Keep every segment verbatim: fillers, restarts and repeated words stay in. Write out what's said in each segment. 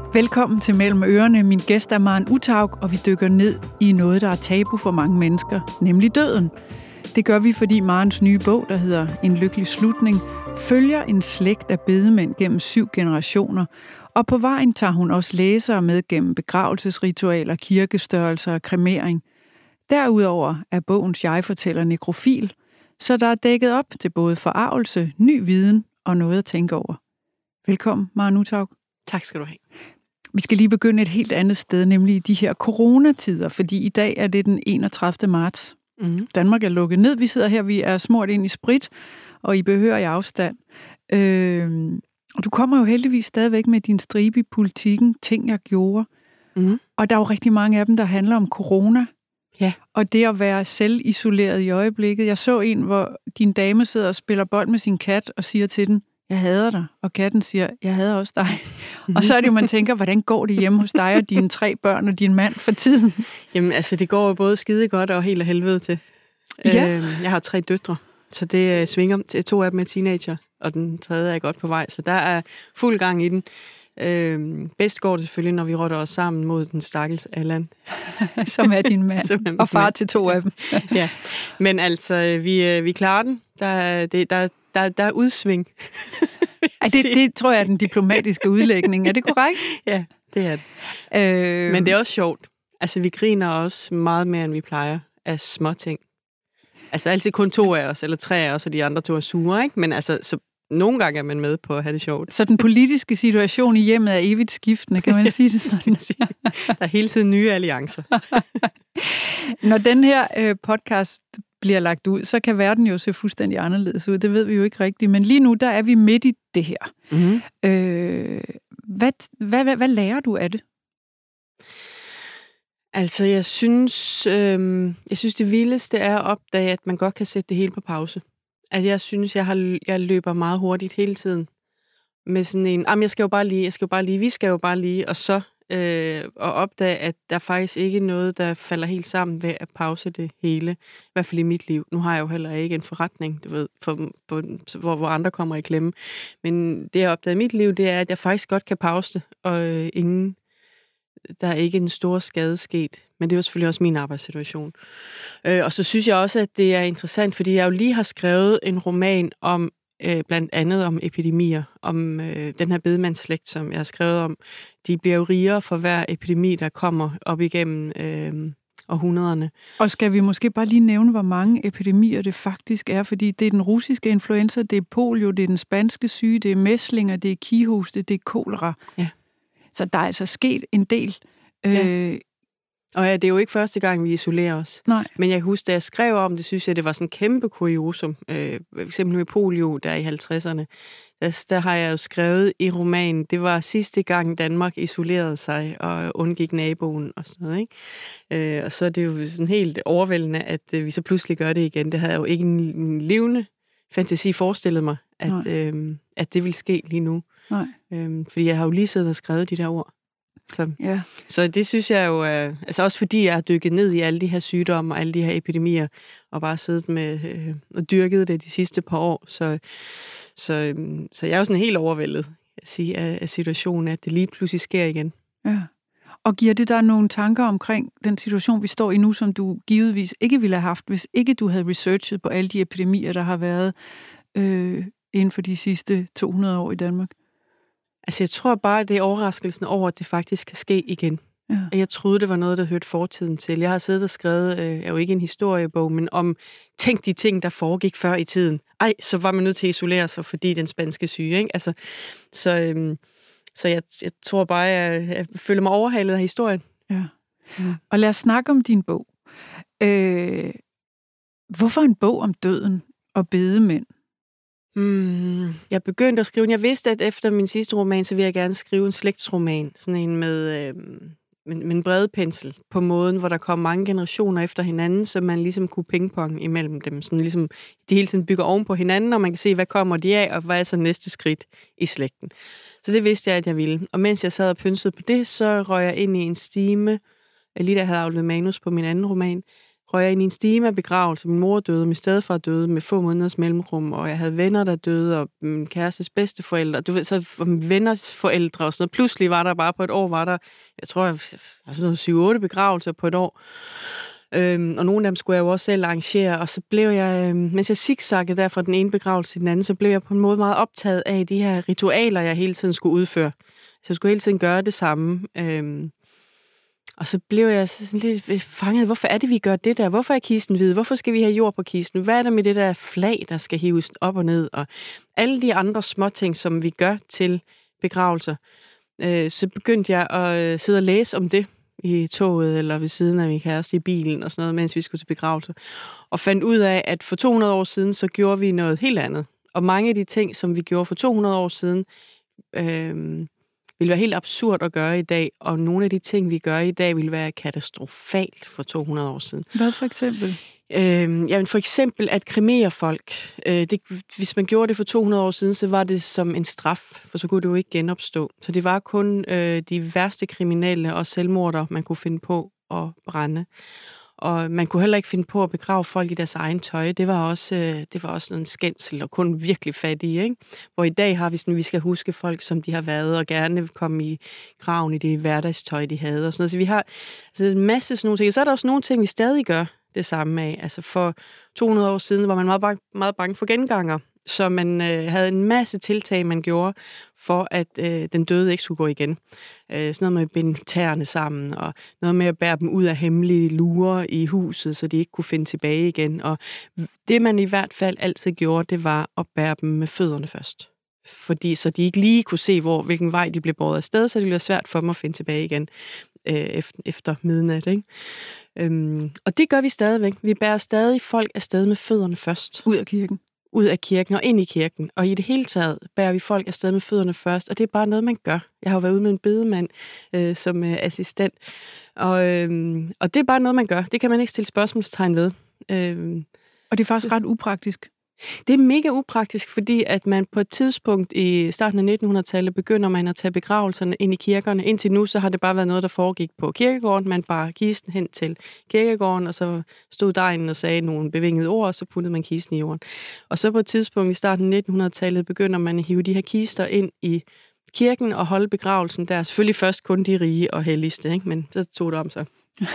Velkommen til Mellem Ørerne. Min gæst er Maren Uthaug, og vi dykker ned i noget, der er tabu for mange mennesker, nemlig døden. Det gør vi, fordi Marens nye bog, der hedder En lykkelig slutning, følger en slægt af bedemænd gennem syv generationer, og på vejen tager hun også læsere med gennem begravelsesritualer, kirkestørrelser og kremering. Derudover er bogens jeg-fortæller nekrofil, så der er dækket op til både forargelse, ny viden og noget at tænke over. Velkommen, Maren Uthaug. Tak skal du have. Vi skal lige begynde et helt andet sted, nemlig i de her coronatider, fordi i dag er det den enogtredivte marts. Mm-hmm. Danmark er lukket ned. Vi sidder her, vi er smurt ind i sprit, og I behørig afstand. Øh, og du kommer jo heldigvis stadigvæk med din stribe i Politikken, ting jeg gjorde. Mm-hmm. Og der er jo rigtig mange af dem, der handler om corona. Ja. Og det at være selvisoleret i øjeblikket. Jeg så en, hvor din dame sidder og spiller bold med sin kat og siger til den, jeg hader dig. Og katten siger, jeg hader også dig. Mm-hmm. Og så er det jo, man tænker, hvordan går det hjemme hos dig og dine tre børn og din mand for tiden? Jamen, altså, det går jo både skide godt og helt af helvede til. Ja. Øh, jeg har tre døtre, så det svinger til to af dem er teenager, og den tredje er godt på vej. Så der er fuld gang i den. Øh, bedst går det selvfølgelig, når vi rotter os sammen mod den stakkels Allan. Som er din mand, er og far mand. Til to af dem. Ja, men altså, vi, vi klarer den. Der er, det, der, der, der er udsving. Ja, det, det tror jeg er den diplomatiske udlægning. Er det korrekt? Ja, det er det. Øh... Men det er også sjovt. Altså, vi griner også meget mere, end vi plejer af små ting. Altså, altid kun to af os, eller tre af os, og de andre to er sure, ikke? Men altså, så nogle gange er man med på at have det sjovt. Så den politiske situation i hjemmet er evigt skiftende, kan man sige det sådan? Der er hele tiden nye alliancer. Når den her øh, podcast bliver lagt ud, så kan verden jo se fuldstændig anderledes ud. Det ved vi jo ikke rigtigt. Men lige nu, der er vi midt i det her. Mm-hmm. Øh, hvad, hvad, hvad, hvad lærer du af det? Altså, jeg synes, øh, jeg synes det vildeste er at opdage, at man godt kan sætte det hele på pause. At jeg synes, jeg, har, jeg løber meget hurtigt hele tiden. Med sådan en, jamen, jeg skal jo bare lige, jeg skal jo bare lige, vi skal jo bare lige, og så øh, og opdage, at der faktisk ikke er noget, der falder helt sammen ved at pause det hele. I hvert fald i mit liv. Nu har jeg jo heller ikke en forretning, du ved, for, på, hvor, hvor andre kommer i klemme. Men det, jeg opdagede i mit liv, det er, at jeg faktisk godt kan pause det, og øh, ingen, der er ikke en stor skade sket. Men det er jo selvfølgelig også min arbejdssituation. Øh, og så synes jeg også, at det er interessant, fordi jeg jo lige har skrevet en roman om øh, blandt andet om epidemier, om øh, den her bedemandsslægt, som jeg har skrevet om. De bliver jo rigere for hver epidemi, der kommer op igennem øh, århundrederne. Og skal vi måske bare lige nævne, hvor mange epidemier det faktisk er, fordi det er den russiske influenza, det er polio, det er den spanske syge, det er mæslinger, det er kihoste, det er kolera. Ja. Så der er altså sket en del. Ja. Øh, og ja, det er jo ikke første gang, vi isolerer os. Nej. Men jeg kan huske, da jeg skrev om det, synes jeg, det var sådan en kæmpe kuriosum. Øh, for eksempel med polio, der i halvtredserne. Der, der har jeg jo skrevet i romanen, det var sidste gang Danmark isolerede sig og undgik naboen og sådan noget, ikke? Øh, og så er det jo sådan helt overvældende, at øh, vi så pludselig gør det igen. Det havde jeg jo ikke en, en levende fantasi forestillet mig, at, øh, at det ville ske lige nu. Nej. Øh, fordi jeg har jo lige siddet og skrevet de der ord. Så, ja. så det synes jeg jo, øh, altså også fordi jeg har dykket ned i alle de her sygdomme og alle de her epidemier, og bare siddet med øh, og dyrket det de sidste par år, så, så, øh, så jeg er jo sådan helt overvældet at sige, af, af situationen, at det lige pludselig sker igen. Ja. Og giver det dig nogle tanker omkring den situation, vi står i nu, som du givetvis ikke ville have haft, hvis ikke du havde researchet på alle de epidemier, der har været øh, inden for de sidste to hundrede år i Danmark? Altså, jeg tror bare, det er overraskelsen over, at det faktisk kan ske igen. Ja. Jeg troede, det var noget, der hørte fortiden til. Jeg har siddet og skrevet, øh, jeg er jo ikke en historiebog, men om tænk de ting, der foregik før i tiden. Ej, så var man nødt til at isolere sig, fordi den spanske syge, ikke? Altså, så øh, så jeg, jeg tror bare, jeg, jeg føler mig overhalet af historien. Ja. Ja. Og lad os snakke om din bog. Øh, hvorfor en bog om døden og bedemænd? Hmm, jeg begyndte at skrive, jeg vidste, at efter min sidste roman, så ville jeg gerne skrive en slægtsroman, sådan en med, øh, med, med en bred pensel, på måden, hvor der kom mange generationer efter hinanden, så man ligesom kunne pingpong imellem dem, sådan ligesom de hele tiden bygger oven på hinanden, og man kan se, hvad kommer de af, og hvad er så næste skridt i slægten. Så det vidste jeg, at jeg ville. Og mens jeg sad og pynsede på det, så røg jeg ind i en stime, lige da jeg havde afleveret manus på min anden roman, røg jeg ind i en stigma-begravelse. Min mor døde, min stedfar døde med få måneders mellemrum, og jeg havde venner, der døde, og min kærestes bedsteforældre. Du ved, så venners forældre og sådan noget. Pludselig var der bare på et år, var der, jeg tror, jeg var sådan noget syv otte begravelser på et år. Øhm, og nogle af dem skulle jeg jo også selv arrangere, og så blev jeg, øhm, mens jeg zigzaggede der fra den ene begravelse til den anden, så blev jeg på en måde meget optaget af de her ritualer, jeg hele tiden skulle udføre. Så jeg skulle hele tiden gøre det samme. Øhm, og så blev jeg sådan lidt fanget, hvorfor er det, vi gør det der? Hvorfor er kisten hvid? Hvorfor skal vi have jord på kisten? Hvad er der med det der flag, der skal hives op og ned? Og alle de andre småting, som vi gør til begravelser. Øh, så begyndte jeg at sidde og læse om det i toget, eller ved siden af min kæreste i bilen, og sådan noget, mens vi skulle til begravelse. Og fandt ud af, at for to hundrede år siden, så gjorde vi noget helt andet. Og mange af de ting, som vi gjorde for to hundrede år siden, øh, ville være helt absurd at gøre i dag, og nogle af de ting, vi gør i dag, ville være katastrofalt for to hundrede år siden. Hvad for eksempel? Øh, jamen for eksempel at kremere folk. Øh, det, hvis man gjorde det for to hundrede år siden, så var det som en straf, for så kunne det jo ikke genopstå. Så det var kun øh, de værste kriminelle og selvmordere, man kunne finde på at brænde. Og man kunne heller ikke finde på at begrave folk i deres egen tøj. Det var også, øh, det var også en skændsel, og kun virkelig fattige, ikke? Hvor i dag har vi sådan, vi skal huske folk, som de har været, og gerne komme i graven i det hverdagstøj, de havde. Og sådan noget. Så vi har altså, en masse sådan nogle ting. Så er der også nogle ting, vi stadig gør det samme af. Altså for to hundrede år siden var man meget bange, meget bange for genganger, så man øh, havde en masse tiltag, man gjorde, for at øh, den døde ikke skulle gå igen. Øh, sådan noget med at binde tæerne sammen, og noget med at bære dem ud af hemmelige lurer i huset, så de ikke kunne finde tilbage igen. Og det, man i hvert fald altid gjorde, det var at bære dem med fødderne først. Fordi så de ikke lige kunne se, hvor, hvilken vej de blev båret afsted, så det ville være svært for dem at finde tilbage igen øh, efter, efter midnat, ikke? Øhm, og det gør vi stadigvæk. Vi bærer stadig folk afsted med fødderne først. Ud af kirken? Ud af kirken og ind i kirken. Og i det hele taget bærer vi folk afsted med fødderne først. Og det er bare noget, man gør. Jeg har jo været ude med en bedemand øh, som øh, assistent. Og, øh, og det er bare noget, man gør. Det kan man ikke stille spørgsmålstegn ved. Øh, og det er faktisk så ret upraktisk. Det er mega upraktisk, fordi at man på et tidspunkt i starten af nittenhundredetallet begynder man at tage begravelserne ind i kirkerne. Indtil nu så har det bare været noget, der foregik på kirkegården. Man bar kisten hen til kirkegården, og så stod derinde og sagde nogle bevingede ord, og så puttede man kisten i jorden. Og så på et tidspunkt i starten af nittenhundredetallet begynder man at hive de her kister ind i kirken og holde begravelsen der. Selvfølgelig først kun de rige og helligste, ikke? Men så tog det om sig.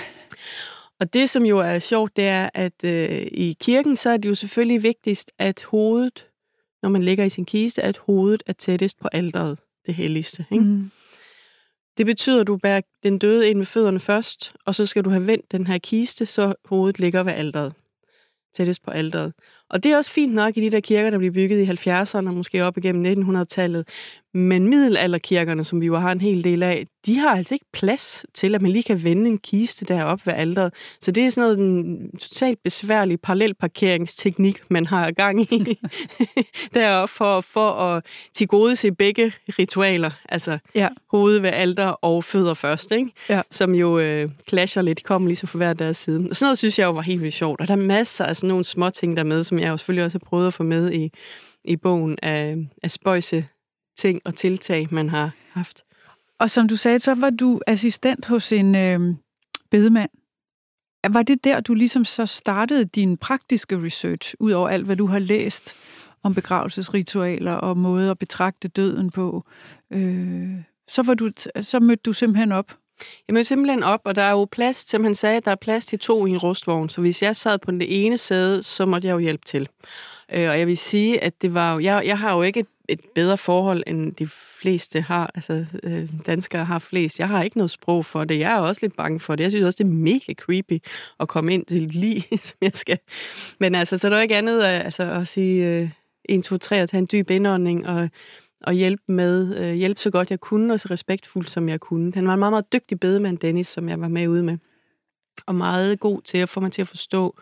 Og det, som jo er sjovt, det er, at øh, i kirken, så er det jo selvfølgelig vigtigst, at hovedet, når man ligger i sin kiste, at hovedet er tættest på alteret, det helligste. Ikke? Mm. Det betyder, at du bærer den døde ind med fødderne først, og så skal du have vendt den her kiste, så hovedet ligger ved alteret, tættest på alteret. Og det er også fint nok i de der kirker, der blev bygget i halvfjerdserne, og måske op igennem nittenhundredetallet. Men middelalderkirkerne, som vi jo har en hel del af, de har altså ikke plads til, at man lige kan vende en kiste deroppe ved alteret. Så det er sådan noget en totalt besværlig parallelparkeringsteknik, man har gang i deroppe for, for at tilgodese begge ritualer. Altså ja. Hoved ved alter og fødder først, ikke? Ja. Som jo øh, clasher lidt, kommer lige så for hver deres side. Og sådan noget synes jeg jo var helt vildt sjovt. Og der er masser af sådan nogle små ting der med, som jeg jo selvfølgelig også har prøvet at få med i, i bogen af, af spøjse ting og tiltag, man har haft. Og som du sagde, så var du assistent hos en øh, bedemand. Var det der, du ligesom så startede din praktiske research, ud over alt, hvad du har læst om begravelsesritualer og måder at betragte døden på? Øh, så, var du, så mødte du simpelthen op? Jeg mødte simpelthen op, og der er jo plads, som han sagde, der er plads til to i en rustvogn. Så hvis jeg sad på det ene sæde, så måtte jeg jo hjælpe til. Øh, og jeg vil sige, at det var jo, jeg, jeg har jo ikke et, et bedre forhold, end de fleste har. Altså, øh, danskere har flest. Jeg har ikke noget sprog for det. Jeg er også lidt bange for det. Jeg synes også, det er mega creepy at komme ind til lige, som jeg skal. Men altså, så er der jo ikke andet altså, at sige øh, en, to, tre og tage en dyb indånding og og hjælpe med, øh, hjælpe så godt jeg kunne, og så respektfuldt som jeg kunne. Han var en meget, meget dygtig bedemand, Dennis, som jeg var med ude med. Og meget god til at få mig til at forstå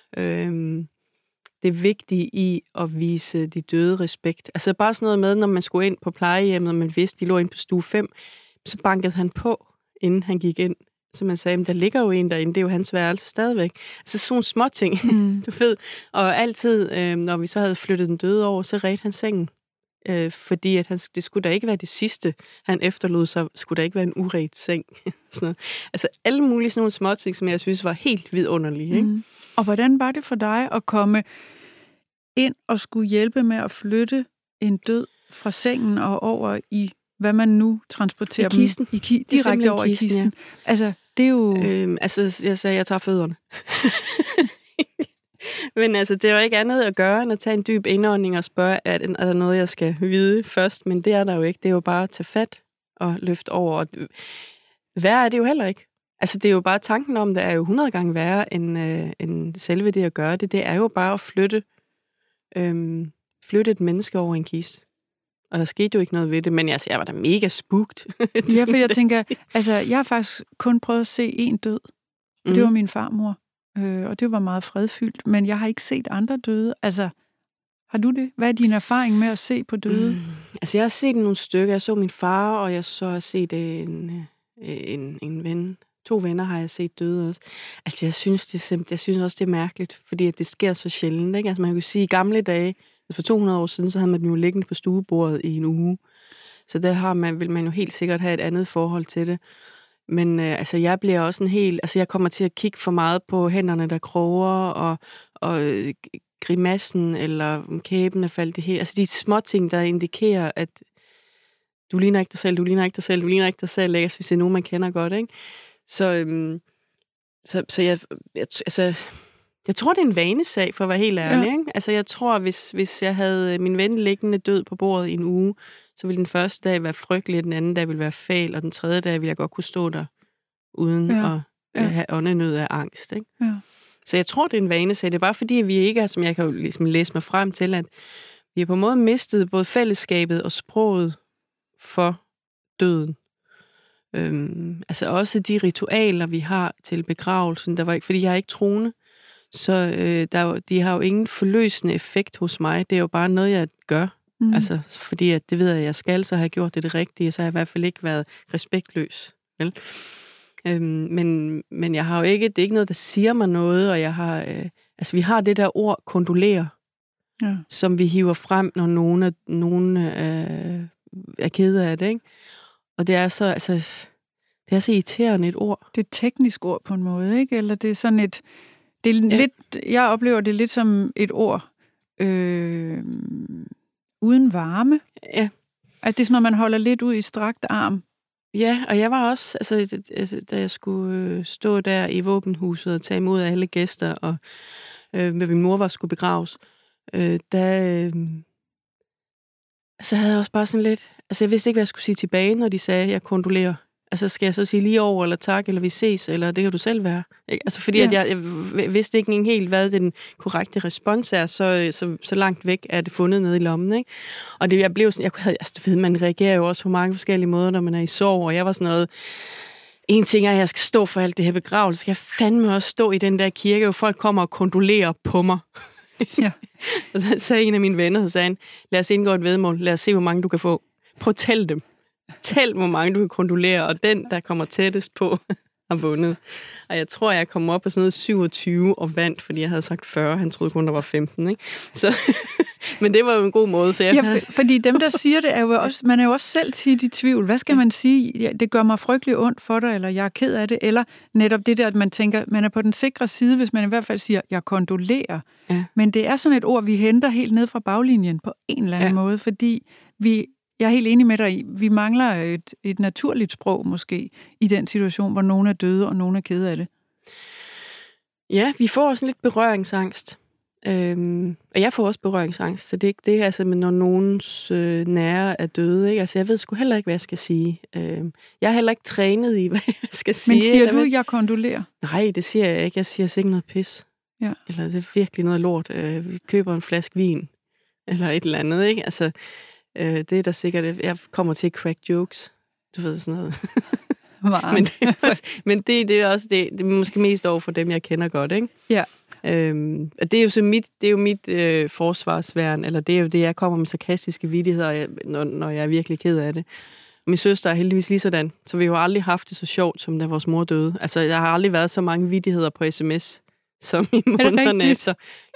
øh, det vigtige i at vise de døde respekt. Altså bare sådan noget med, når man skulle ind på plejehjemmet, og man vidste, de lå ind på stue fem, så bankede han på, inden han gik ind. Så man sagde, der ligger jo en derinde, det er jo hans værelse stadigvæk. Altså sådan nogle små ting, mm. du ved. Og altid, øh, når vi så havde flyttet den døde over, så redte han sengen. Øh, fordi at han, det skulle da ikke være det sidste, han efterlod sig. Skulle der ikke være en uret seng? Sådan noget. Altså alle mulige sådan nogle småting, som jeg synes var helt vidunderlige. Ikke? Mm. Og hvordan var det for dig at komme ind og skulle hjælpe med at flytte en død fra sengen og over i, hvad man nu transporterer I kisten. dem? I ki- direkte over kisten, i kisten. Ja. Altså, det er jo... Øhm, altså, jeg sagde, jeg tager fødderne. Men altså, det var ikke andet at gøre, end at tage en dyb indånding og spørge, er der noget, jeg skal vide først? Men det er der jo ikke. Det er jo bare at tage fat og løfte over. Værre er det jo heller ikke. Altså, det er jo bare tanken om, det er jo hundrede gange værre, end, øh, end selve det at gøre det. Det er jo bare at flytte, øhm, flytte et menneske over en kiste. Og der skete jo ikke noget ved det, men altså, jeg var da mega spugt. Ja, for jeg tænker, altså, jeg har faktisk kun prøvet at se en død. Og det var min farmor. Øh, og det var meget fredfyldt, men jeg har ikke set andre døde. Altså, har du det? Hvad er din erfaring med at se på døde? Mm. Altså, jeg har set nogle stykker. Jeg så min far, og jeg så har set en, en, en ven. To venner har jeg set døde også. Altså, jeg synes, det er simpelthen, jeg synes også, det er mærkeligt, fordi at det sker så sjældent. Ikke? Altså, man kan jo sige, at i gamle dage, for to hundrede år siden, så havde man den jo liggende på stuebordet i en uge. Så der har man, vil man jo helt sikkert have et andet forhold til det. Men øh, altså, jeg bliver også en helt... Altså, jeg kommer til at kigge for meget på hænderne, der kroger, og, og øh, grimassen, eller kæben er faldt det hele. Altså, de små ting, der indikerer, at du ligner ikke dig selv, du ligner ikke dig selv, du ligner ikke dig selv, ikke? Hvis det er nogen, man kender godt, ikke? Så, øhm, så, så jeg, jeg, altså, jeg tror, det er en vanesag, for at være helt ærlig, ja. Ikke? Altså, jeg tror, hvis, hvis jeg havde min ven liggende død på bordet i en uge, så ville den første dag være frygtelig, den anden dag ville være fæl, og den tredje dag ville jeg godt kunne stå der, uden ja. at ja. have åndenød af angst. Ikke? Ja. Så jeg tror, det er en vanesag. Det er bare fordi, vi ikke er, som jeg kan jo ligesom læse mig frem til, at vi har på en måde mistet både fællesskabet og sproget for døden. Øhm, altså også de ritualer, vi har til begravelsen, der var ikke, fordi jeg er ikke troende, så øh, der, de har jo ingen forløsende effekt hos mig. Det er jo bare noget, jeg gør. Mm. Altså, fordi at det ved jeg, at jeg skal, så har jeg gjort det det rigtige, så har jeg i hvert fald ikke været respektløs. Vel? Øhm, men, men jeg har jo ikke, det er ikke noget, der siger mig noget, og jeg har, øh, altså vi har det der ord, kondolere, ja. Som vi hiver frem, når nogen er, nogen, øh, er kede af det, ikke? Og det er så, altså, det er så irriterende et ord. Det er et teknisk ord på en måde, ikke? Eller det er sådan et, det er ja. lidt, jeg oplever det lidt som et ord, øh, uden varme. Ja. At det er sådan, når man holder lidt ud i strakt arm. Ja, og jeg var også, altså, da jeg skulle stå der i våbenhuset og tage imod alle gæster, og øh, med min mor var skulle begraves, øh, der øh, så havde jeg også bare sådan lidt, altså jeg vidste ikke, hvad jeg skulle sige tilbage, når de sagde, at jeg kondolerer. Altså skal jeg så sige lige over, eller tak, eller vi ses, eller det kan du selv være. Ikke? Altså fordi ja. at jeg, jeg vidste ikke helt, hvad den korrekte respons er, så, så, så langt væk er det fundet nede i lommen. Ikke? Og det, jeg blev sådan, jeg kunne, altså, ved, man reagerer jo også på mange forskellige måder, når man er i sorg, og jeg var sådan noget, en ting er, at jeg skal stå for alt det her begravelse, skal jeg fandme også stå i den der kirke, hvor folk kommer og kondolerer på mig. Ja. Og så sagde en af mine venner, så sagde han, lad os indgå et væddemål, lad os se, hvor mange du kan få. Prøv at tælle dem. Tæl, hvor mange du kan kondolere, og den, der kommer tættest på, har vundet. Og jeg tror, jeg kom op på sådan noget syvogtyve og vandt, fordi jeg havde sagt fyrre. Han troede kun, der var femten, ikke? Så, men det var jo en god måde. Så jeg ja, for, fordi dem, der siger det, er jo også, man er jo også selv tit i tvivl. Hvad skal man sige? Ja, det gør mig frygtelig ondt for dig, eller jeg er ked af det, eller netop det der, at man tænker, man er på den sikre side, hvis man i hvert fald siger, jeg kondolerer. Ja. Men det er sådan et ord, vi henter helt ned fra baglinjen på en eller anden ja. måde, fordi vi... Jeg er helt enig med dig i, vi mangler et, et naturligt sprog måske i den situation, hvor nogen er døde, og nogen er kede af det. Ja, vi får også lidt berøringsangst. Øhm, og jeg får også berøringsangst, så det, det er altså, når nogens øh, nære er døde. Ikke? Altså, jeg ved sgu heller ikke, hvad jeg skal sige. Øhm, jeg er heller ikke trænet i, hvad jeg skal sige. Men siger du, jeg kondolerer? Nej, det siger jeg ikke. Jeg siger sikkert noget pis. Ja. Eller det er virkelig noget lort. Øh, vi køber en flaske vin. Eller et eller andet, ikke? Altså... Det er da sikkert, jeg kommer til at crack jokes. Du ved sådan noget. men det er, også, men det, det er også det, det er måske mest over for dem, jeg kender godt, ikke? Ja. Øhm, det er jo så mit, det er jo mit øh, forsvarsværn, eller det er jo det, jeg kommer med sarkastiske vittigheder, når, når jeg er virkelig ked af det. Min søster er heldigvis lige sådan, så vi har jo aldrig haft det så sjovt, som da vores mor døde. Altså, der har aldrig været så mange vittigheder på sms, som i månederne efter.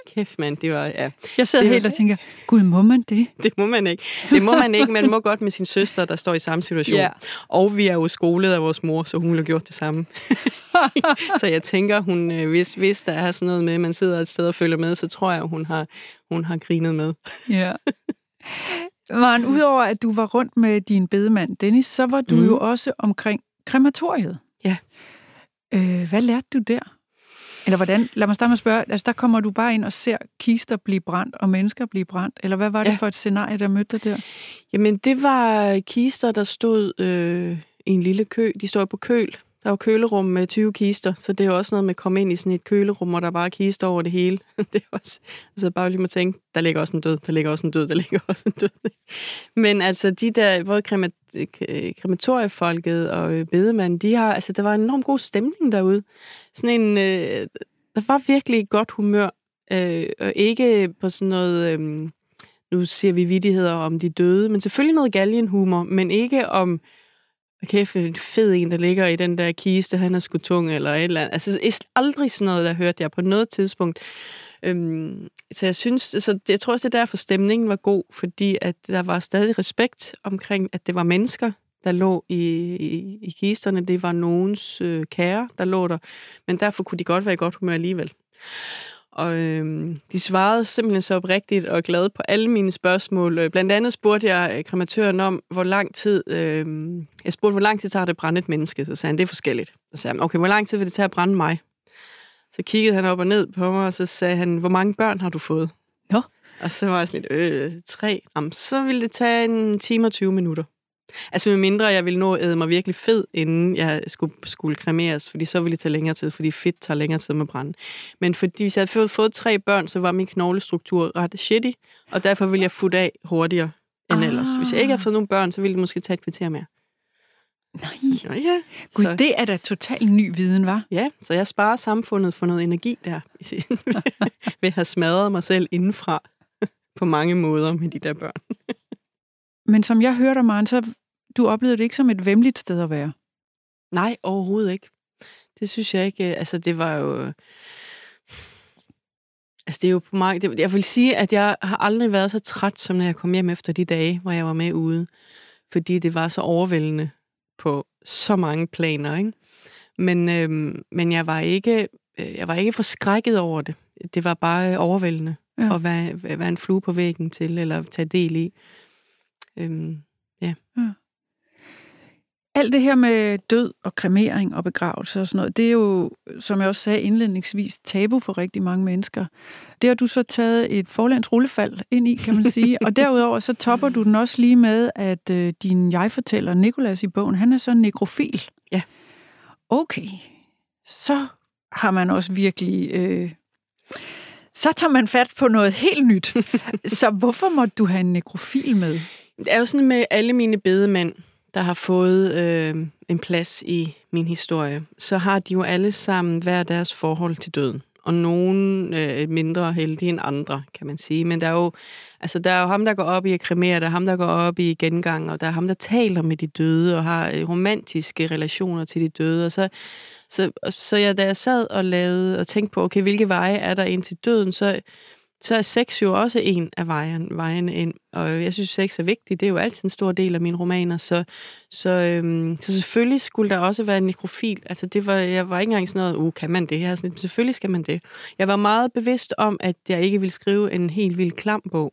Kæft, mand, det var, ja. Jeg sidder det helt og tænker, gud, må man det? Det må man ikke. Det må man ikke, man må godt med sin søster, der står i samme situation. Yeah. Og vi er jo skolet af vores mor, så hun ville have gjort det samme. Så jeg tænker, hun, hvis, hvis der er sådan noget med, at man sidder et sted og følger med, så tror jeg, hun har, hun har grinet med. Ja. Maren, udover at du var rundt med din bedemand Dennis, så var du mm. jo også omkring krematoriet. Ja. Øh, hvad lærte du der? Eller hvordan? Lad mig starte med at spørge. Altså, der kommer du bare ind og ser kister blive brændt, og mennesker blive brændt. Eller hvad var det ja. for et scenarie, der mødte dig der? Jamen, det var kister, der stod øh, i en lille kø. De står på køl. Der var kølerum med tyve kister, så det er jo også noget med at komme ind i sådan et kølerum, hvor der bare er kister over det hele. Det er også, altså bare lige må tænke, der ligger også en død, der ligger også en død, der ligger også en død. Men altså de der, både krematoriefolket og bedemanden, de har, altså der var en enormt god stemning derude. Sådan en, øh, der var virkelig godt humør, øh, og ikke på sådan noget, øh, nu siger vi vittigheder om de døde, men selvfølgelig noget galgenhumor, men ikke om kæft, en fed en, der ligger i den der kiste, han er sgu tung, eller et eller andet. Altså, aldrig sådan noget, der hørte jeg på noget tidspunkt. Øhm, så jeg synes, så jeg tror også, det er derfor stemningen var god, fordi at der var stadig respekt omkring, at det var mennesker, der lå i, i, i kisterne. Det var nogens øh, kære, der lå der. Men derfor kunne de godt være i godt humør alligevel. Og øhm, de svarede simpelthen så oprigtigt og glade på alle mine spørgsmål. Blandt andet spurgte jeg krematøren om, hvor lang tid... Øhm, jeg spurgte, hvor lang tid tager det at brænde et menneske? Så sagde han, det er forskelligt. Så sagde han, okay, hvor lang tid vil det tage at brænde mig? Så kiggede han op og ned på mig, og så sagde han, hvor mange børn har du fået? Ja. Og så var jeg sådan lidt, øh, tre. Jamen, så ville det tage en time og tyve minutter. Altså med mindre, jeg ville nå at æde mig virkelig fed, inden jeg skulle, skulle kremeres, fordi så ville det tage længere tid, fordi fedt tager længere tid med at brænde. Men fordi hvis jeg havde fået, fået tre børn, så var min knoglestruktur ret shitty, og derfor ville jeg futte af hurtigere end ah. ellers. Hvis jeg ikke havde fået nogen børn, så ville det måske tage et kvarter mere. Nej. Nå, ja. Gud, så, det er da totalt ny viden, hva'? Ja, så jeg sparer samfundet for noget energi der, ved at have smadret mig selv indenfra på mange måder med de der børn. Men som jeg hørte dig, Maren, så du oplevede det ikke som et væmmeligt sted at være? Nej, overhovedet ikke. Det synes jeg ikke. Altså, det var jo... Altså, det er jo på mig... Det, jeg vil sige, at jeg har aldrig været så træt, som når jeg kom hjem efter de dage, hvor jeg var med ude. Fordi det var så overvældende på så mange planer, ikke? Men, øhm, men jeg var ikke... Jeg var ikke forskrækket over det. Det var bare overvældende ja. at være, være en flue på væggen til, eller tage del i. Øhm, ja. ja. Alt det her med død og kremering og begravelse og sådan noget, det er jo, som jeg også sagde indledningsvis, tabu for rigtig mange mennesker. Det har du så taget et forlæns rullefald ind i, kan man sige. Og derudover så topper du den også lige med, at øh, din jeg-fortæller, Nicolas i bogen, han er så nekrofil. Ja. Okay. Så har man også virkelig... Øh, så tager man fat på noget helt nyt. Så hvorfor måtte du have en nekrofil med? Det er jo sådan med alle mine bedemænd, der har fået øh, en plads i min historie, så har de jo alle sammen hver deres forhold til døden. Og nogen øh, mindre heldige end andre, kan man sige. Men der er, jo, altså, der er jo ham, der går op i at kremere, der er ham, der går op i gengang, og der er ham, der taler med de døde, og har romantiske relationer til de døde. Og så, så, så jeg, da jeg sad og, lavede, og tænkte på, okay, hvilke veje er der ind til døden, så... så er sex jo også en af vejen, vejene ind. Og jeg synes, sex er vigtigt. Det er jo altid en stor del af mine romaner. Så, så, øhm, så selvfølgelig skulle der også være en nekrofil. Altså, det var, jeg var ikke engang sådan noget, uh, kan man det her? Sådan, selvfølgelig skal man det. Jeg var meget bevidst om, at jeg ikke ville skrive en helt vild klam bog.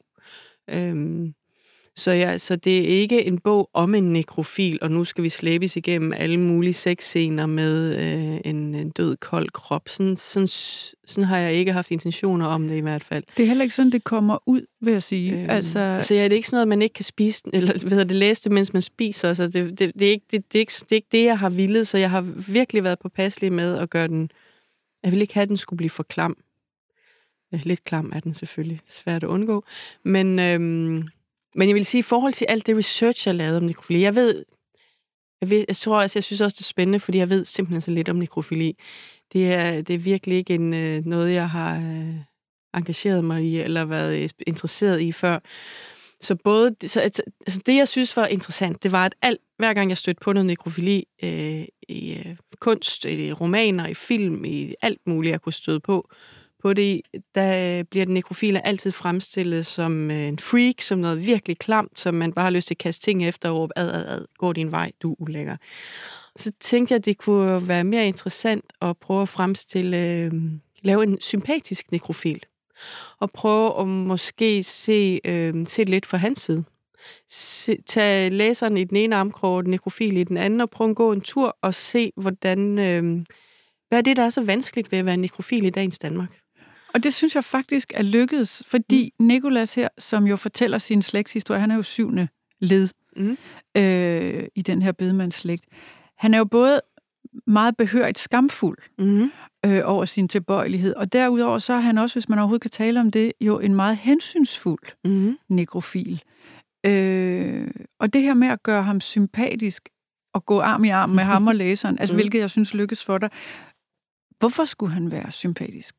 Øhm, så, ja, så det er ikke en bog om en nekrofil, og nu skal vi slæbes igennem alle mulige sexscener med øh, en, en død, kold krop. Sådan, sådan, sådan har jeg ikke haft intentioner om det i hvert fald. Det er heller ikke sådan, det kommer ud, vil jeg sige. Øhm, altså... Så ja, det er ikke sådan noget, man ikke kan spise, eller hvad det læse det, mens man spiser. Altså, det, det, det, er ikke, det, det, er ikke, det er ikke det, jeg har villet, så jeg har virkelig været påpasselig med at gøre den... Jeg vil ikke have, at den skulle blive for klam. Ja, lidt klam er den selvfølgelig. Svært at undgå. Men... Øhm, Men jeg vil sige, i forhold til alt det research, jeg lavede om nekrofili, jeg ved, jeg, ved, jeg tror også, jeg synes også, det er spændende, fordi jeg ved simpelthen så lidt om nekrofili. Det er, det er virkelig ikke en, noget, jeg har engageret mig i, eller været interesseret i før. Så både, så, altså det, jeg synes var interessant, det var, at alt, hver gang jeg stødte på noget nekrofili, øh, i øh, kunst, i romaner, i film, i alt muligt, jeg kunne støde på, på det, der bliver den nekrofile altid fremstillet som en freak, som noget virkelig klamt, som man bare har lyst til at kaste ting efter og råbe, ad, ad, ad, gå din vej, du er ulækker. Så tænkte jeg, at det kunne være mere interessant at prøve at fremstille, øh, lave en sympatisk nekrofil, og prøve at måske se, øh, se det lidt fra hans side. Se, tage læseren i den ene armkrog og den nekrofil i den anden, og prøve at gå en tur og se, hvordan, øh, hvad er det, der er så vanskeligt ved at være nekrofil i dagens Danmark. Og det synes jeg faktisk er lykkedes, fordi mm. Nicolas her, som jo fortæller sin slægtshistorie, han er jo syvende led mm. øh, i den her bedemandsslægt. Han er jo både meget behørigt skamfuld mm. øh, over sin tilbøjelighed, og derudover så er han også, hvis man overhovedet kan tale om det, jo en meget hensynsfuld mm. nekrofil. Øh, og det her med at gøre ham sympatisk og gå arm i arm med ham og læseren, altså mm. hvilket jeg synes lykkes for dig. Hvorfor skulle han være sympatisk?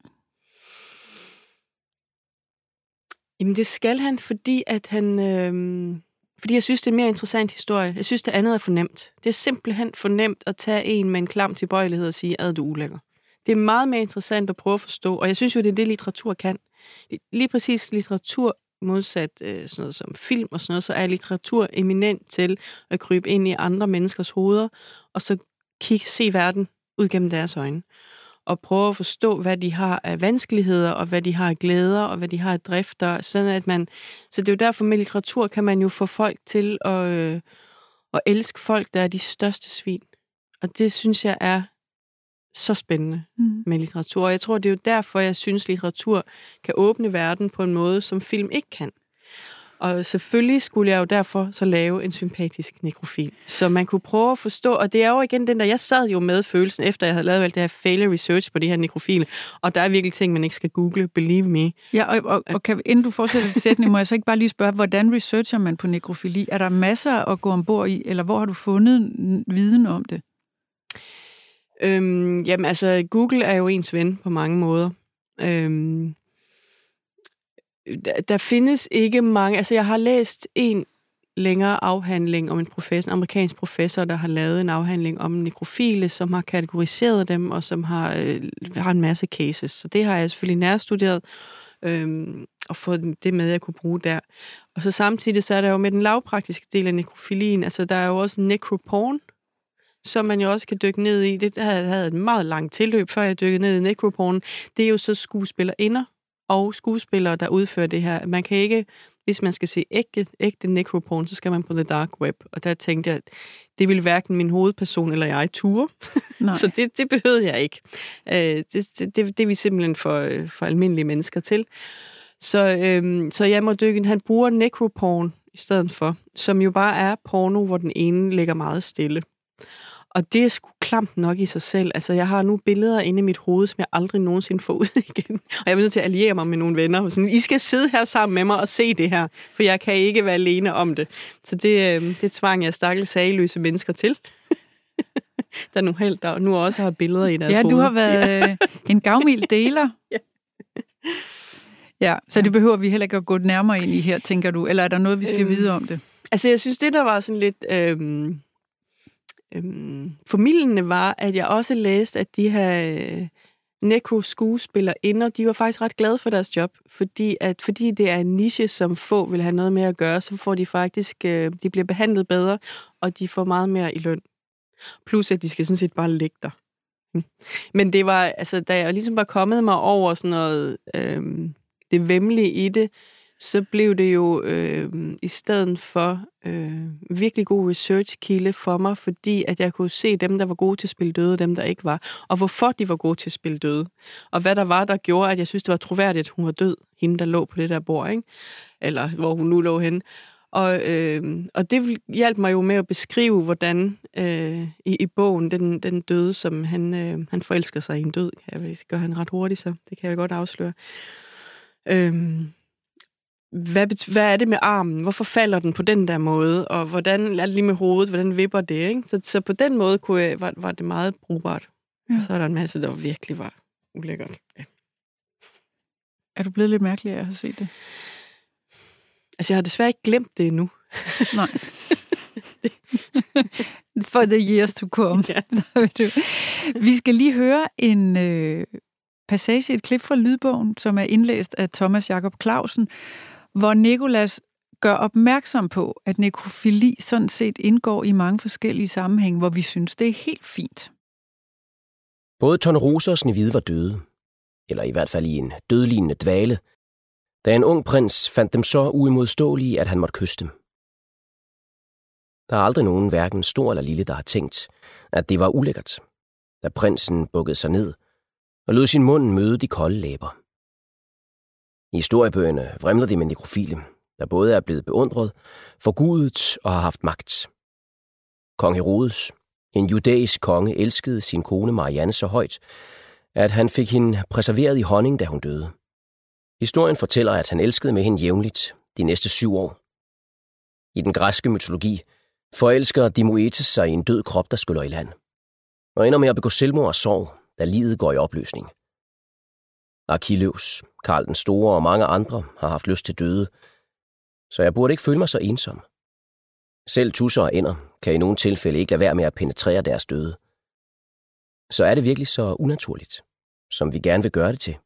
Jamen det skal han, fordi at han, øh, fordi jeg synes det er en mere interessant historie. Jeg synes det andet er for nemt. Det er simpelthen for nemt at tage en med en klam tilbøjelighed og sige, ad du ulækker. Det er meget mere interessant at prøve at forstå, og jeg synes jo det er det litteratur kan. Lige præcis litteratur modsat øh, sådan noget som film og sådan noget, så er litteratur eminent til at krybe ind i andre menneskers hoveder, og så kigge, se verden ud gennem deres øjne. Og prøve at forstå, hvad de har af vanskeligheder, og hvad de har af glæder, og hvad de har af drifter. Sådan at man, så det er jo derfor, med litteratur kan man jo få folk til at, øh, at elske folk, der er de største svin. Og det synes jeg er så spændende mm. med litteratur. Og jeg tror, det er jo derfor, jeg synes, litteratur kan åbne verden på en måde, som film ikke kan. Og selvfølgelig skulle jeg jo derfor så lave en sympatisk nekrofil, så man kunne prøve at forstå, og det er jo igen den der, jeg sad jo med følelsen, efter jeg havde lavet alt det her failure research på de her nekrofile, og der er virkelig ting, man ikke skal google, believe me. Ja, og, og, og kan, inden du fortsætter til sætning, må jeg så ikke bare lige spørge, hvordan researcher man på nekrofili? Er der masser at gå ombord i, eller hvor har du fundet viden om det? Øhm, jamen altså, Google er jo ens ven på mange måder. Øhm, der, der findes ikke mange, altså jeg har læst en længere afhandling om en professor, en amerikansk professor, der har lavet en afhandling om nekrofile, som har kategoriseret dem, og som har, øh, har en masse cases. Så det har jeg selvfølgelig nærstuderet, øhm, og fået det med, jeg kunne bruge der. Og så samtidig, så er der jo med den lavpraktiske del af nekrofilien, altså der er jo også necroporn, som man jo også kan dykke ned i. Det havde et meget langt tilløb, før jeg dykkede ned i necroporn. Det er jo så skuespillerinder og skuespillere, der udfører det her. Man kan ikke, hvis man skal se ægte, ægte necroporn, så skal man på the dark web. Og der tænkte jeg, at det ville hverken min hovedperson eller jeg ture. Så det, det behøvede jeg ikke. Det, det, det, det er vi simpelthen for, for almindelige mennesker til. Så, øhm, så jeg må dykke. Han bruger necroporn i stedet for, som jo bare er porno, hvor den ene ligger meget stille. Og det er sgu klamt nok i sig selv. Altså, jeg har nu billeder inde i mit hoved, som jeg aldrig nogensinde får ud igen. Og jeg er nødt til at alliere mig med nogle venner. Sådan, I skal sidde her sammen med mig og se det her, for jeg kan ikke være alene om det. Så det, det tvang jeg stakkels sageløse mennesker til. Der er nu helt, der nu også har billeder i deres hoved. Ja, du hoved. har været ja. en gavmild deler. Ja. Ja, så det behøver vi heller ikke at gå nærmere ind i her, tænker du? Eller er der noget, vi skal øhm, vide om det? Altså, jeg synes, det der var sådan lidt... Øhm, øhm, formildende var, at jeg også læste, at de her øh, nekro-skuespillerinder, de var faktisk ret glade for deres job, fordi, at, fordi det er en niche, som få vil have noget med at gøre, så får de faktisk... Øh, de bliver behandlet bedre, og de får meget mere i løn. Plus, at de skal sådan set bare ligge der. Men det var, altså, da jeg ligesom var kommet mig over sådan noget... Øh, det væmmelige i det, så blev det jo øh, i stedet for øh, virkelig god research-kilde for mig, fordi at jeg kunne se dem, der var gode til at spille døde, og dem, der ikke var. Og hvorfor de var gode til at spille døde. Og hvad der var, der gjorde, at jeg synes, det var troværdigt, at hun var død, hende, der lå på det der bord, ikke? Eller hvor hun nu lå henne. Og, øh, og det hjalp mig jo med at beskrive, hvordan øh, i, i bogen, den, den døde, som han, øh, han forelsker sig i en død. Jeg gør han ret hurtigt, så det kan jeg godt afsløre. Øhm, hvad, hvad er det med armen? Hvorfor falder den på den der måde? Og hvordan er det lige med hovedet? Hvordan vipper det? Ikke? Så, så på den måde kunne jeg, var, var det meget brugbart. Ja. Og så er der en masse, der virkelig var ulækkert. Ja. Er du blevet lidt mærkelig af at have set det? Altså, jeg har desværre ikke glemt det endnu. Nej. For the years to come. Ja. Vi skal lige høre en... Øh passage, et klip fra lydbogen, som er indlæst af Thomas Jakob Clausen, hvor Nicolas gør opmærksom på, at nekrofili sådan set indgår i mange forskellige sammenhænge, hvor vi synes, det er helt fint. Både Tornerose og Snehvide var døde, eller i hvert fald i en dødlignende dvale, da en ung prins fandt dem så uimodståelige, at han måtte kysse dem. Der er aldrig nogen, hverken stor eller lille, der har tænkt, at det var ulækkert, da prinsen bukkede sig ned og lod sin mund møde de kolde læber. I historiebøgerne vrimler de med nekrofile, der både er blevet beundret, forgudet og har haft magt. Kong Herodes, en judæisk konge, elskede sin kone Marianne så højt, at han fik hende preserveret i honning, da hun døde. Historien fortæller, at han elskede med hende jævnligt de næste syv år. I den græske mytologi forelsker Dimoetes sig i en død krop, der skyller i land, og ender med at begå selvmord og sorg, da livet går i opløsning. Achilleus, Karl den Store og mange andre har haft lyst til døde, så jeg burde ikke føle mig så ensom. Selv tusser og ænder kan i nogle tilfælde ikke lade være med at penetrere deres døde. Så er det virkelig så unaturligt, som vi gerne vil gøre det til.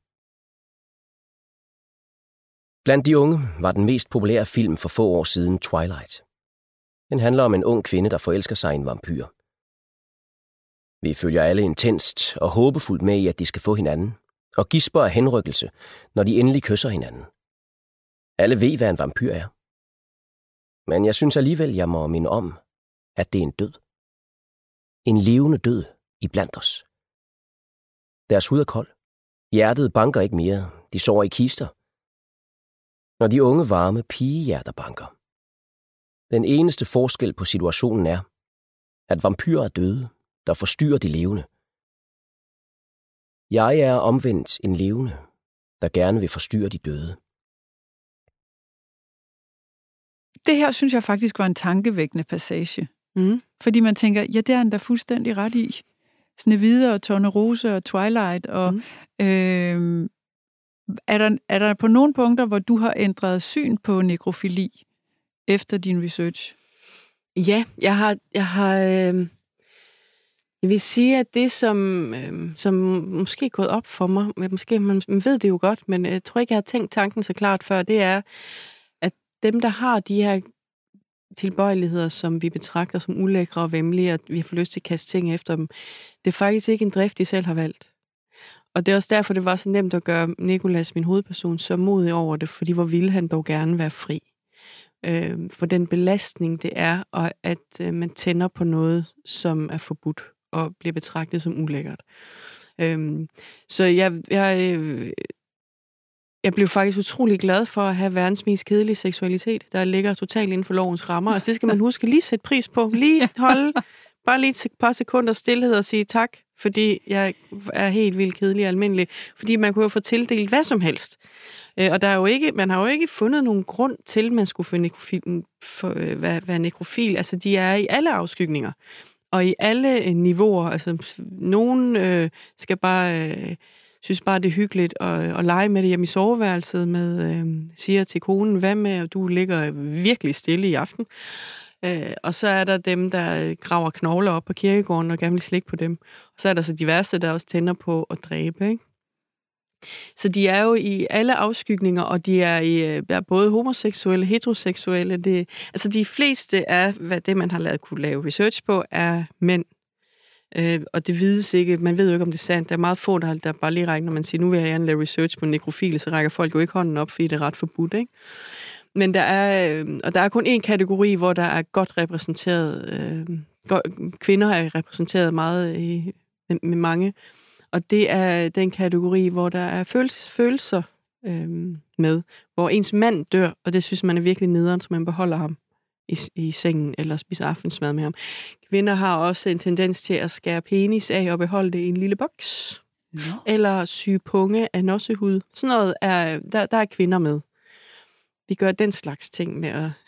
Blandt de unge var den mest populære film for få år siden Twilight. Den handler om en ung kvinde, der forelsker sig i en vampyr. Vi følger alle intenst og håbefuldt med i, at de skal få hinanden, og gisper af henrykkelse, når de endelig kysser hinanden. Alle ved, hvad en vampyr er. Men jeg synes alligevel, jeg må minde om, at det er en død. En levende død iblandt os. Deres hud er kold. Hjertet banker ikke mere. De sover i kister. Når de unge varme pigehjerter banker. Den eneste forskel på situationen er, at vampyrer er døde, der forstyrrer de levende. Jeg er omvendt en levende, der gerne vil forstyrre de døde. Det her synes jeg faktisk var en tankevækkende passage. Mm. Fordi man tænker, ja, det er han da fuldstændig ret i. Snehvide og Tornerose og Twilight. Og, mm. øh, er, der, er der på nogle punkter, hvor du har ændret syn på nekrofili efter din research? Ja, jeg har... Jeg har øh... Jeg vil sige, at det, som, øh, som måske er gået op for mig, måske man, man ved det jo godt, men jeg tror ikke, jeg har tænkt tanken så klart før, det er, at dem, der har de her tilbøjeligheder, som vi betragter som ulækre og væmmelige, at vi får lyst til at kaste ting efter dem, det er faktisk ikke en drift, de selv har valgt. Og det er også derfor, det var så nemt at gøre Nicolas, min hovedperson, så modig over det, fordi hvor ville han dog gerne være fri. Øh, for den belastning, det er, og at øh, man tænder på noget, som er forbudt og bliver betragtet som ulækkert. Øhm, så jeg, jeg, øh, jeg blev faktisk utrolig glad for at have verdens mest kedelige seksualitet, der ligger totalt inden for lovens rammer. Altså det skal man huske lige sætte pris på. Lige holde bare lige et par sekunder stillhed og sige tak, fordi jeg er helt vildt kedelig og almindelig. Fordi man kunne jo få tildelt hvad som helst. Øh, og der er jo ikke, man har jo ikke fundet nogen grund til, at man skulle få nekrofil, for, øh, være, være nekrofil. Altså de er i alle afskygninger. Og i alle øh, niveauer, altså nogen øh, skal bare, øh, synes bare, det er hyggeligt at, at lege med det hjemme i soveværelset med, øh, siger til konen, hvad med, at du ligger virkelig stille i aften. Øh, og så er der dem, der graver knogler op på kirkegården og gerne vil slikke på dem. Og så er der så de værste, der også tænder på at dræbe, ikke? Så de er jo i alle afskygninger, og de er, i, er både homoseksuelle, heteroseksuelle. Det, altså de fleste af, hvad det man har lavet, kunne lave research på, er mænd. Øh, og det vides ikke, man ved jo ikke, om det er sandt. Der er meget få, der, der bare lige rækker, når man siger, nu vil jeg gerne lave research på nekrofile, så rækker folk jo ikke hånden op, fordi det er ret forbudt, ikke? Men der er, og der er kun én kategori, hvor der er godt repræsenteret. Øh, kvinder er repræsenteret meget i, med, med mange. Og det er den kategori, hvor der er følelses, følelser øh, med, hvor ens mand dør, og det synes man er virkelig nederen, så man beholder ham i, i sengen eller spiser aftensmad med ham. Kvinder har også en tendens til at skære penis af og beholde det i en lille boks. No. Eller sy punge af nossehud. Sådan noget er, der, der er kvinder med. Vi gør den slags ting med at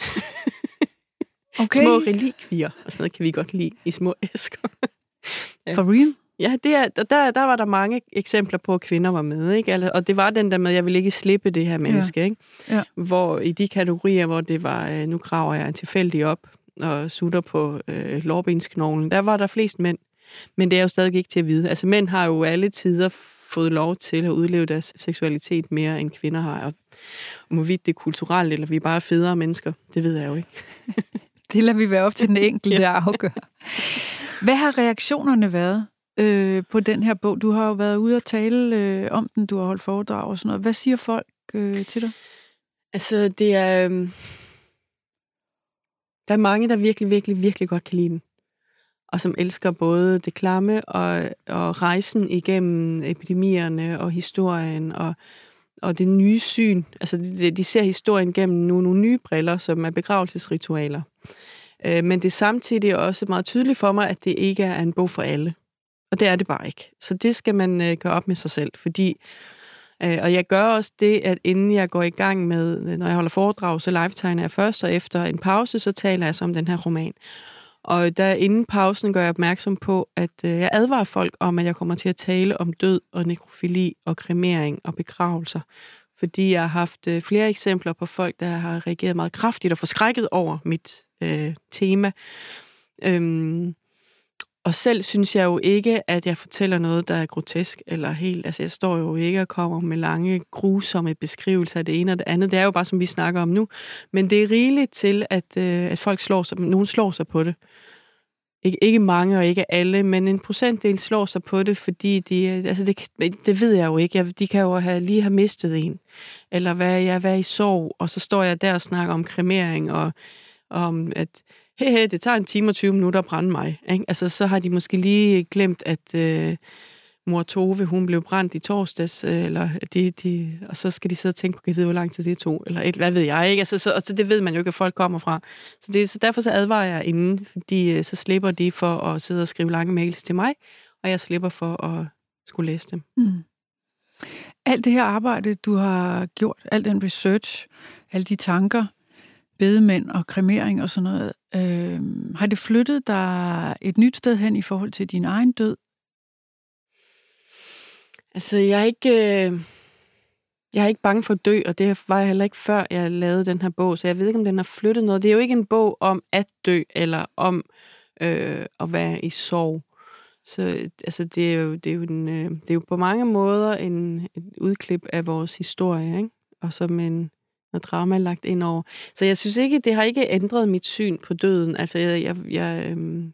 okay. Små relikvier, og sådan noget kan vi godt lide i små æsker. For real? Ja, det er, der, der var der mange eksempler på, at kvinder var med, ikke? Og det var den der med, at jeg ville ikke slippe det her menneske, ja. Ikke? Ja. Hvor i de kategorier, hvor det var, nu graver jeg en tilfældig op og sutter på øh, lårbensknoglen, der var der flest mænd. Men det er jo stadig ikke til at vide. Altså mænd har jo alle tider fået lov til at udleve deres seksualitet mere, end kvinder har. Og hvorvidt det er kulturelt, eller vi er bare federe mennesker, det ved jeg jo ikke. Det lader vi være op til den enkelte Ja. at afgøre. Hvad har reaktionerne været øh, på den her bog? Du har jo været ude og tale øh, om den, du har holdt foredrag og sådan noget. Hvad siger folk øh, til dig? Altså, det er... Øh... Der er mange, der virkelig, virkelig, virkelig godt kan lide den. Og som elsker både det klamme og, og rejsen igennem epidemierne og historien og, og det nye syn. Altså, de, de ser historien gennem nogle, nogle nye briller, som er begravelsesritualer. Øh, men det er samtidig også meget tydeligt for mig, at det ikke er en bog for alle. Og det er det bare ikke. Så det skal man øh, gøre op med sig selv, fordi... Øh, og jeg gør også det, at inden jeg går i gang med, når jeg holder foredrag, så live-tegner jeg først, og efter en pause, så taler jeg så om den her roman. Og der inden pausen gør jeg opmærksom på, at øh, jeg advarer folk om, at jeg kommer til at tale om død og nekrofili og kremering og begravelser. Fordi jeg har haft øh, flere eksempler på folk, der har reageret meget kraftigt og forskrækket over mit øh, tema. Øhm, Og selv synes jeg jo ikke, at jeg fortæller noget, der er grotesk eller helt... Altså, jeg står jo ikke og kommer med lange, grusomme beskrivelser af det ene og det andet. Det er jo bare, som vi snakker om nu. Men det er rigeligt til, at, øh, at folk slår sig... Nogen slår sig på det. Ikke, ikke mange og ikke alle, men en procentdel slår sig på det, fordi de... Altså, det, det ved jeg jo ikke. Jeg, de kan jo have, lige have mistet en. Eller hvad, jeg er i sorg, og så står jeg der og snakker om kremering, og om at... Hey, hey, det tager en time og tyve minutter at brænde mig. Ikke? Altså, så har de måske lige glemt, at øh, mor Tove, hun blev brændt i torsdags, øh, eller de, de, og så skal de sidde og tænke på, kan jeg vide, hvor lang tid det tog, eller et, hvad ved jeg, ikke? Altså, så, og så det ved man jo ikke, at folk kommer fra. Så, det, så derfor så advarer jeg inden, fordi øh, så slipper de for at sidde og skrive lange mails til mig, og jeg slipper for at skulle læse dem. Mm. Alt det her arbejde, du har gjort, al den research, alle de tanker, bedemænd og kremering og sådan noget, øh, har det flyttet dig et nyt sted hen i forhold til din egen død? Altså, jeg er ikke, øh, jeg er ikke bange for at dø, og det var jeg heller ikke før, jeg lavede den her bog, så jeg ved ikke, om den har flyttet noget. Det er jo ikke en bog om at dø, eller om øh, at være i sorg. Så altså, det, er jo, det, er jo en, øh, det er jo på mange måder en, et udklip af vores historie, ikke? Og som en når drama er lagt ind over. Så jeg synes ikke, det har ikke ændret mit syn på døden. Altså, jeg... jeg, jeg øhm...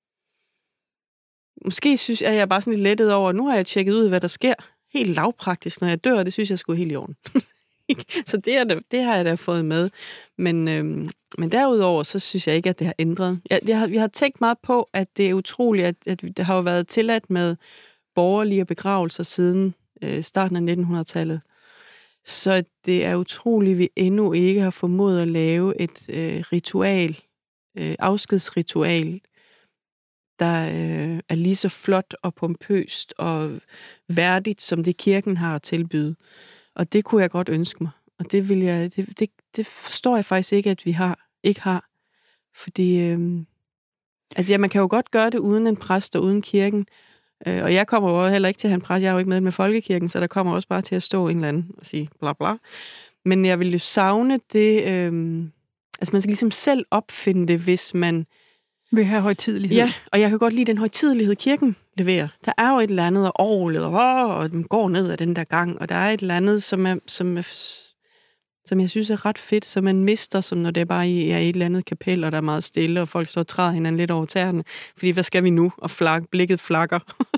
Måske synes jeg, at jeg er bare sådan lidt lettet over, nu har jeg tjekket ud, hvad der sker. Helt lavpraktisk, når jeg dør, og det synes jeg skulle helt i orden. Så det, er det, det har jeg da fået med. Men, øhm, men derudover, så synes jeg ikke, at det har ændret. Jeg, jeg, har, jeg har tænkt meget på, at det er utroligt, at, at det har jo været tilladt med borgerlige begravelser siden øh, starten af nitten hundrede-tallet. Så det er utroligt, at vi endnu ikke har formået at lave et øh, ritual, øh, afskedsritual, der øh, er lige så flot og pompøst og værdigt, som det kirken har at tilbyde. Og det kunne jeg godt ønske mig. Og det vil jeg, det, det, det forstår jeg faktisk ikke, at vi har, ikke har. Fordi øh, at, ja, man kan jo godt gøre det uden en præst og uden kirken. Øh, og jeg kommer jo heller ikke til at have en præst. Jeg er jo ikke med med folkekirken, så der kommer også bare til at stå en eller anden og sige bla bla. Men jeg vil jo savne det... Øh, altså man skal ligesom selv opfinde det, hvis man... vil have højtidelighed. Ja, og jeg kan godt lide den højtidelighed, kirken leverer. Der er jo et eller andet, og orglet, og, og den går ned ad den der gang, og der er et eller andet, som, er, som, er, som jeg synes er ret fedt, som man mister, som når det er bare er i et eller andet kapel, og der er meget stille, og folk står og træder hinanden lidt over tæerne. Fordi hvad skal vi nu? Og flag, blikket flakker.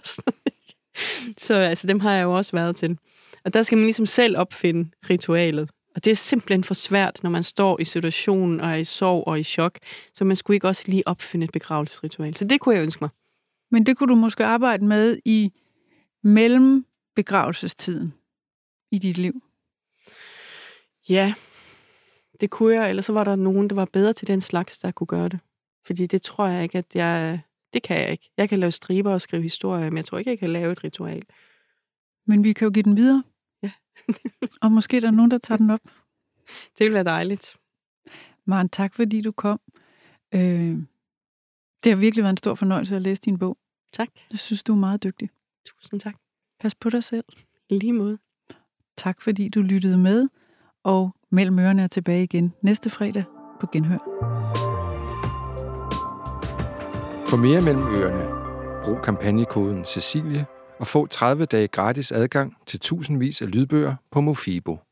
Så altså, dem har jeg jo også været til. Og der skal man ligesom selv opfinde ritualet. Og det er simpelthen for svært, når man står i situationen og er i sorg og i chok. Så man skulle ikke også lige opfinde et begravelsesritual. Så det kunne jeg ønske mig. Men det kunne du måske arbejde med i mellem begravelsestiden i dit liv? Ja, det kunne jeg. Ellers så var der nogen, der var bedre til den slags, der kunne gøre det. Fordi det tror jeg ikke, at jeg... Det kan jeg ikke. Jeg kan lave striber og skrive historier, men jeg tror ikke, jeg kan lave et ritual. Men vi kan jo give den videre. Ja. Og måske der er nogen, der tager den op. Det ville være dejligt. Maren, tak fordi du kom. Øh, det har virkelig været en stor fornøjelse at læse din bog. Tak. Jeg synes, du er meget dygtig. Tusind tak. Pas på dig selv. I lige måde. Tak fordi du lyttede med, og Mellem Ørerne er tilbage igen næste fredag på Genhør. For mere Mellem Ørerne, brug kampagnekoden Cecilie og få tredive dage gratis adgang til tusindvis af lydbøger på Mofibo.